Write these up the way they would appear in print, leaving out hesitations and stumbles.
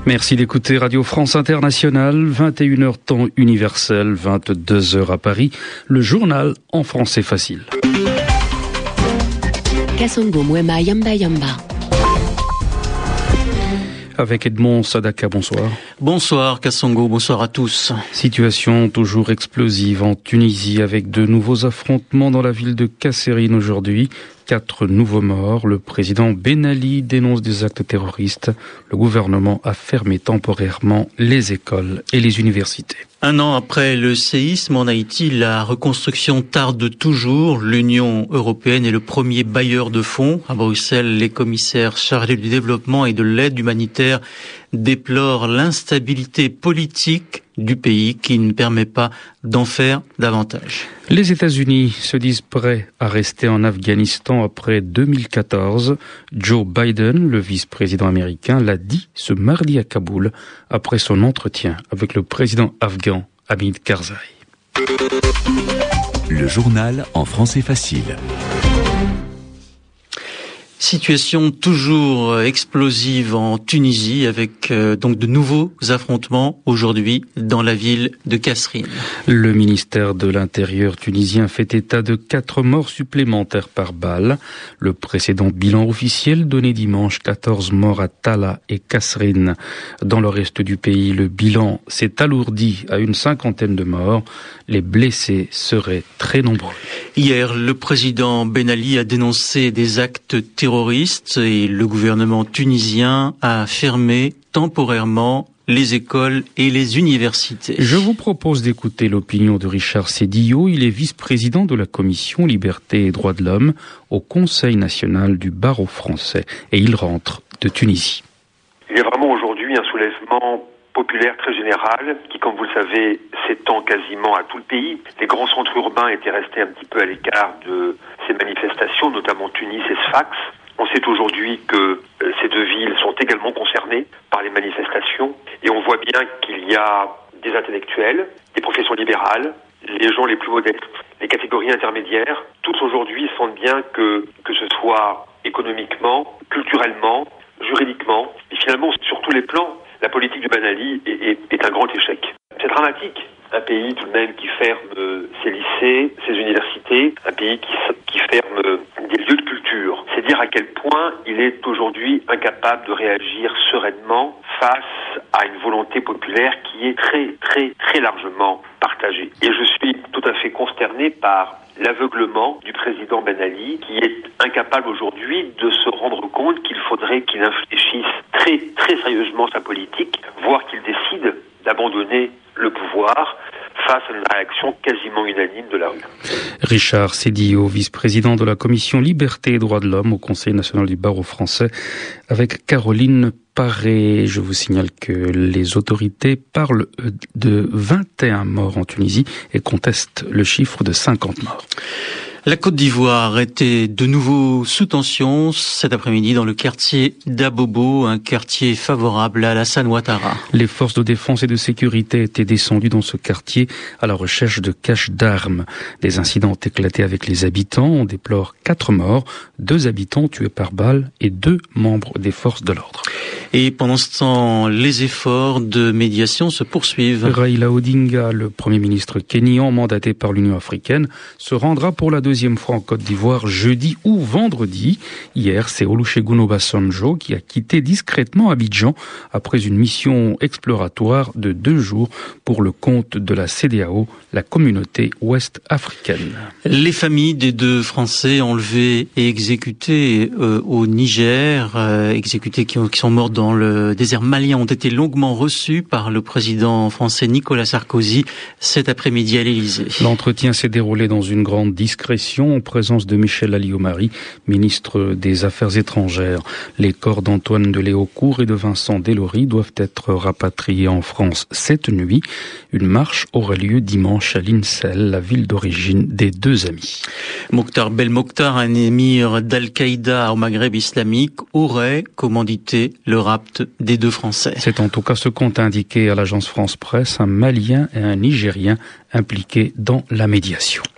Merci d'écouter Radio France Internationale, 21h temps universel, 22h à Paris, le journal en français facile. Kasongo Mwema Yamba Yamba. Avec Edmond Sadaka, bonsoir. Bonsoir Kassongo, bonsoir à tous. Situation toujours explosive en Tunisie avec de nouveaux affrontements dans la ville de Kasserine aujourd'hui. 4 nouveaux morts. Le président Ben Ali dénonce des actes terroristes. Le gouvernement a fermé temporairement les écoles et les universités. Un an après le séisme en Haïti, la reconstruction tarde toujours. L'Union européenne est le premier bailleur de fonds. À Bruxelles, les commissaires chargés du développement et de l'aide humanitaire déplorent l'instabilité politique du pays qui ne permet pas d'en faire davantage. Les États-Unis se disent prêts à rester en Afghanistan après 2014. Joe Biden, le vice-président américain, l'a dit ce mardi à Kaboul après son entretien avec le président afghan Hamid Karzai. Le journal en français facile. Situation toujours explosive en Tunisie avec donc de nouveaux affrontements aujourd'hui dans la ville de Kasserine. Le ministère de l'Intérieur tunisien fait état de 4 morts supplémentaires par balle. Le précédent bilan officiel donné dimanche 14 morts à Talla et Kasserine. Dans le reste du pays, le bilan s'est alourdi à une 50aine de morts. Les blessés seraient très nombreux. Hier, le président Ben Ali a dénoncé des actes terroristes et le gouvernement tunisien a fermé temporairement les écoles et les universités. Je vous propose d'écouter l'opinion de Richard Sédillo. Il est vice-président de la commission Liberté et Droits de l'Homme au Conseil national du barreau français et il rentre de Tunisie. Il y a vraiment aujourd'hui un soulèvement populaire très général qui, comme vous le savez, s'étend quasiment à tout le pays. Les grands centres urbains étaient restés un petit peu à l'écart de ces manifestations, notamment Tunis et Sfax. On sait aujourd'hui que ces 2 villes sont également concernées par les manifestations et on voit bien qu'il y a des intellectuels, des professions libérales, les gens les plus modestes, les catégories intermédiaires. Tous aujourd'hui sentent bien que ce soit économiquement, culturellement, juridiquement et finalement sur tous les plans, la politique du Ben Ali est un grand échec. C'est dramatique. Un pays tout de même qui ferme ses lycées, ses universités, un pays qui ferme des lieux de culture. C'est dire à quel point il est aujourd'hui incapable de réagir sereinement face à une volonté populaire qui est très, très, très largement partagée. Et je suis tout à fait consterné par l'aveuglement du président Ben Ali qui est incapable aujourd'hui de se rendre compte qu'il faudrait qu'il infléchisse très, très sérieusement sa politique, voire qu'il décide d'abandonner le pouvoir face à une réaction quasiment unanime de la rue. Richard Sédillo, vice-président de la commission Liberté et Droits de l'Homme au Conseil national du barreau français, avec Caroline Paré. Je vous signale que les autorités parlent de 21 morts en Tunisie et contestent le chiffre de 50 morts. La Côte d'Ivoire était de nouveau sous tension cet après-midi dans le quartier d'Abobo, un quartier favorable à Alassane Ouattara. Les forces de défense et de sécurité étaient descendues dans ce quartier à la recherche de caches d'armes. Des incidents ont éclaté avec les habitants. On déplore 4 morts, 2 habitants tués par balle et 2 membres des forces de l'ordre. Et pendant ce temps, les efforts de médiation se poursuivent. Raila Odinga, le Premier ministre kényan mandaté par l'Union africaine, se rendra pour la 2e fois en Côte d'Ivoire jeudi ou vendredi. Hier, c'est Olusegun Obasanjo qui a quitté discrètement Abidjan après une mission exploratoire de 2 jours pour le compte de la CEDEAO, la communauté ouest africaine. Les familles des 2 Français enlevés et exécutés au Niger, exécutés qui sont morts dans le désert malien, ont été longuement reçus par le président français Nicolas Sarkozy cet après-midi à l'Élysée. L'entretien s'est déroulé dans une grande discrétion en présence de Michel Alliot-Marie, ministre des Affaires étrangères. Les corps d'Antoine de Léaucourt et de Vincent Delory doivent être rapatriés en France cette nuit. Une marche aura lieu dimanche à l'Insel, la ville d'origine des 2 amis. Mokhtar Belmokhtar, un émir d'Al-Qaïda au Maghreb islamique, aurait commandité le rapt des 2 Français. C'est en tout cas ce qu'ont indiqué à l'agence France Presse un Malien et un Nigérien impliqués dans la médiation.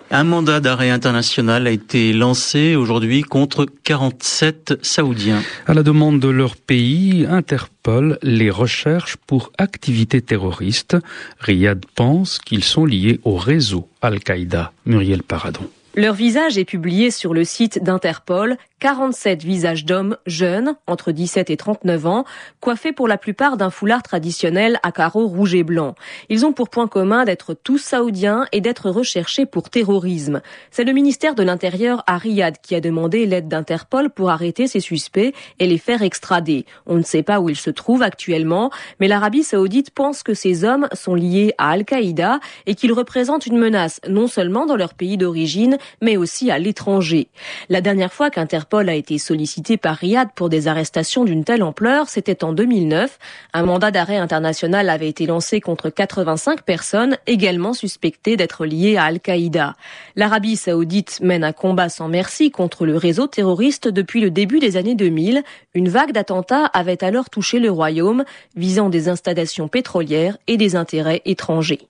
Un mandat d'arrêt international a été lancé aujourd'hui contre 47 Saoudiens. À la demande de leur pays, Interpol les recherche pour activités terroristes. Riyad pense qu'ils sont liés au réseau Al-Qaïda. Muriel Paradon. Leur visage est publié sur le site d'Interpol. 47 visages d'hommes jeunes, entre 17 et 39 ans, coiffés pour la plupart d'un foulard traditionnel à carreaux rouges et blancs. Ils ont pour point commun d'être tous saoudiens et d'être recherchés pour terrorisme. C'est le ministère de l'Intérieur à Riyad qui a demandé l'aide d'Interpol pour arrêter ces suspects et les faire extrader. On ne sait pas où ils se trouvent actuellement, mais l'Arabie saoudite pense que ces hommes sont liés à Al-Qaïda et qu'ils représentent une menace non seulement dans leur pays d'origine, mais aussi à l'étranger. La dernière fois qu'Interpol a été sollicité par Riyad pour des arrestations d'une telle ampleur, c'était en 2009. Un mandat d'arrêt international avait été lancé contre 85 personnes également suspectées d'être liées à Al-Qaïda. L'Arabie saoudite mène un combat sans merci contre le réseau terroriste depuis le début des années 2000. Une vague d'attentats avait alors touché le royaume, visant des installations pétrolières et des intérêts étrangers.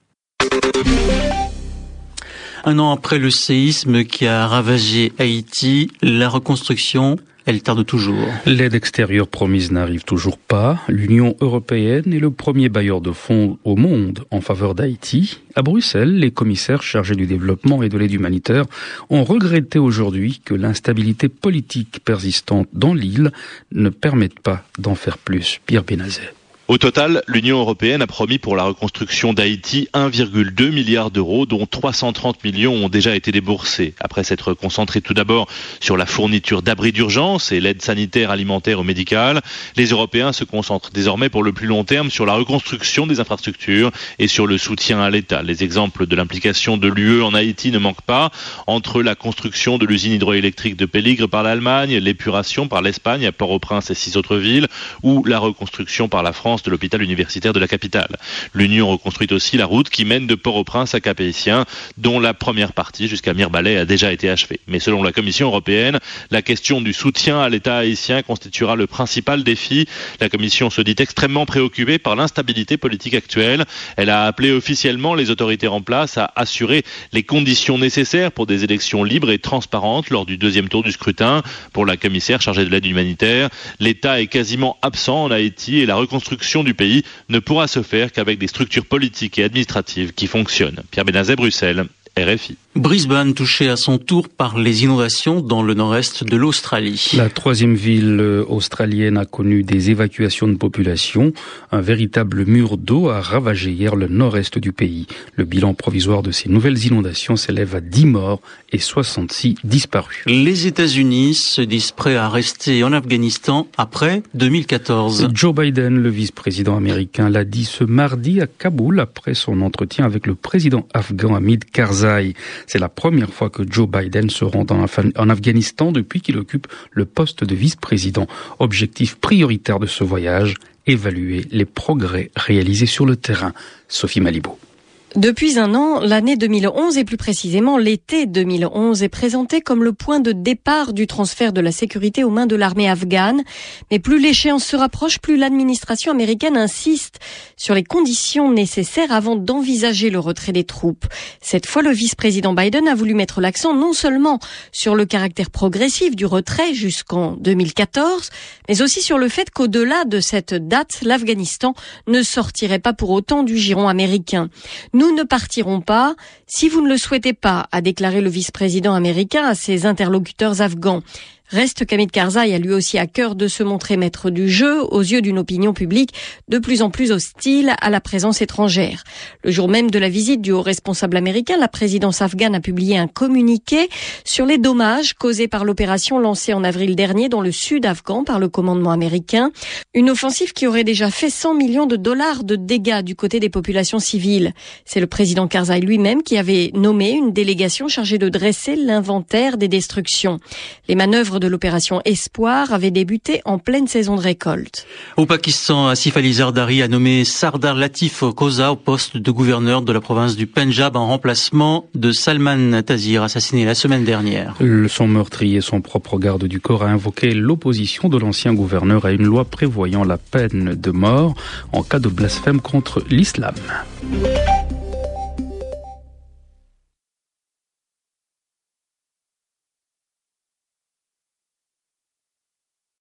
Un an après le séisme qui a ravagé Haïti, la reconstruction, elle tarde toujours. L'aide extérieure promise n'arrive toujours pas. L'Union européenne est le premier bailleur de fonds au monde en faveur d'Haïti. À Bruxelles, les commissaires chargés du développement et de l'aide humanitaire ont regretté aujourd'hui que l'instabilité politique persistante dans l'île ne permette pas d'en faire plus. Pierre Benazet. Au total, l'Union européenne a promis pour la reconstruction d'Haïti 1,2 milliard d'euros, dont 330 millions ont déjà été déboursés. Après s'être concentré tout d'abord sur la fourniture d'abris d'urgence et l'aide sanitaire, alimentaire ou médicale, les Européens se concentrent désormais pour le plus long terme sur la reconstruction des infrastructures et sur le soutien à l'État. Les exemples de l'implication de l'UE en Haïti ne manquent pas. Entre la construction de l'usine hydroélectrique de Péligre par l'Allemagne, l'épuration par l'Espagne à Port-au-Prince et 6 autres villes, ou la reconstruction par la France de l'hôpital universitaire de la capitale. L'Union reconstruit aussi la route qui mène de Port-au-Prince à Cap-Haïtien, dont la première partie jusqu'à Mirebalais a déjà été achevée. Mais selon la Commission européenne, la question du soutien à l'État haïtien constituera le principal défi. La Commission se dit extrêmement préoccupée par l'instabilité politique actuelle. Elle a appelé officiellement les autorités en place à assurer les conditions nécessaires pour des élections libres et transparentes lors du deuxième tour du scrutin. Pour la commissaire chargée de l'aide humanitaire, l'État est quasiment absent en Haïti et la reconstruction du pays ne pourra se faire qu'avec des structures politiques et administratives qui fonctionnent. Pierre Benazet, Bruxelles, RFI. Brisbane touché à son tour par les inondations dans le nord-est de l'Australie. La troisième ville australienne a connu des évacuations de population. Un véritable mur d'eau a ravagé hier le nord-est du pays. Le bilan provisoire de ces nouvelles inondations s'élève à 10 morts et 66 disparus. Les États-Unis se disent prêts à rester en Afghanistan après 2014. Joe Biden, le vice-président américain, l'a dit ce mardi à Kaboul après son entretien avec le président afghan Hamid Karzai. C'est la première fois que Joe Biden se rend en Afghanistan depuis qu'il occupe le poste de vice-président. Objectif prioritaire de ce voyage, évaluer les progrès réalisés sur le terrain. Sophie Malibaud. Depuis un an, l'année 2011 et plus précisément l'été 2011 est présenté comme le point de départ du transfert de la sécurité aux mains de l'armée afghane. Mais plus l'échéance se rapproche, plus l'administration américaine insiste sur les conditions nécessaires avant d'envisager le retrait des troupes. Cette fois, le vice-président Biden a voulu mettre l'accent non seulement sur le caractère progressif du retrait jusqu'en 2014, mais aussi sur le fait qu'au-delà de cette date, l'Afghanistan ne sortirait pas pour autant du giron américain. Nous ne partirons pas si vous ne le souhaitez pas, a déclaré le vice-président américain à ses interlocuteurs afghans. Reste qu'Hamid Karzai a lui aussi à cœur de se montrer maître du jeu aux yeux d'une opinion publique de plus en plus hostile à la présence étrangère. Le jour même de la visite du haut responsable américain, la présidence afghane a publié un communiqué sur les dommages causés par l'opération lancée en avril dernier dans le sud afghan par le commandement américain. Une offensive qui aurait déjà fait 100 millions de dollars de dégâts du côté des populations civiles. C'est le président Karzai lui-même qui avait nommé une délégation chargée de dresser l'inventaire des destructions. Les manœuvres de l'opération Espoir avait débuté en pleine saison de récolte. Au Pakistan, Asif Ali Zardari a nommé Sardar Latif Khoza au poste de gouverneur de la province du Pendjab en remplacement de Salman Taseer, assassiné la semaine dernière. Son meurtrier, son propre garde du corps, a invoqué l'opposition de l'ancien gouverneur à une loi prévoyant la peine de mort en cas de blasphème contre l'islam.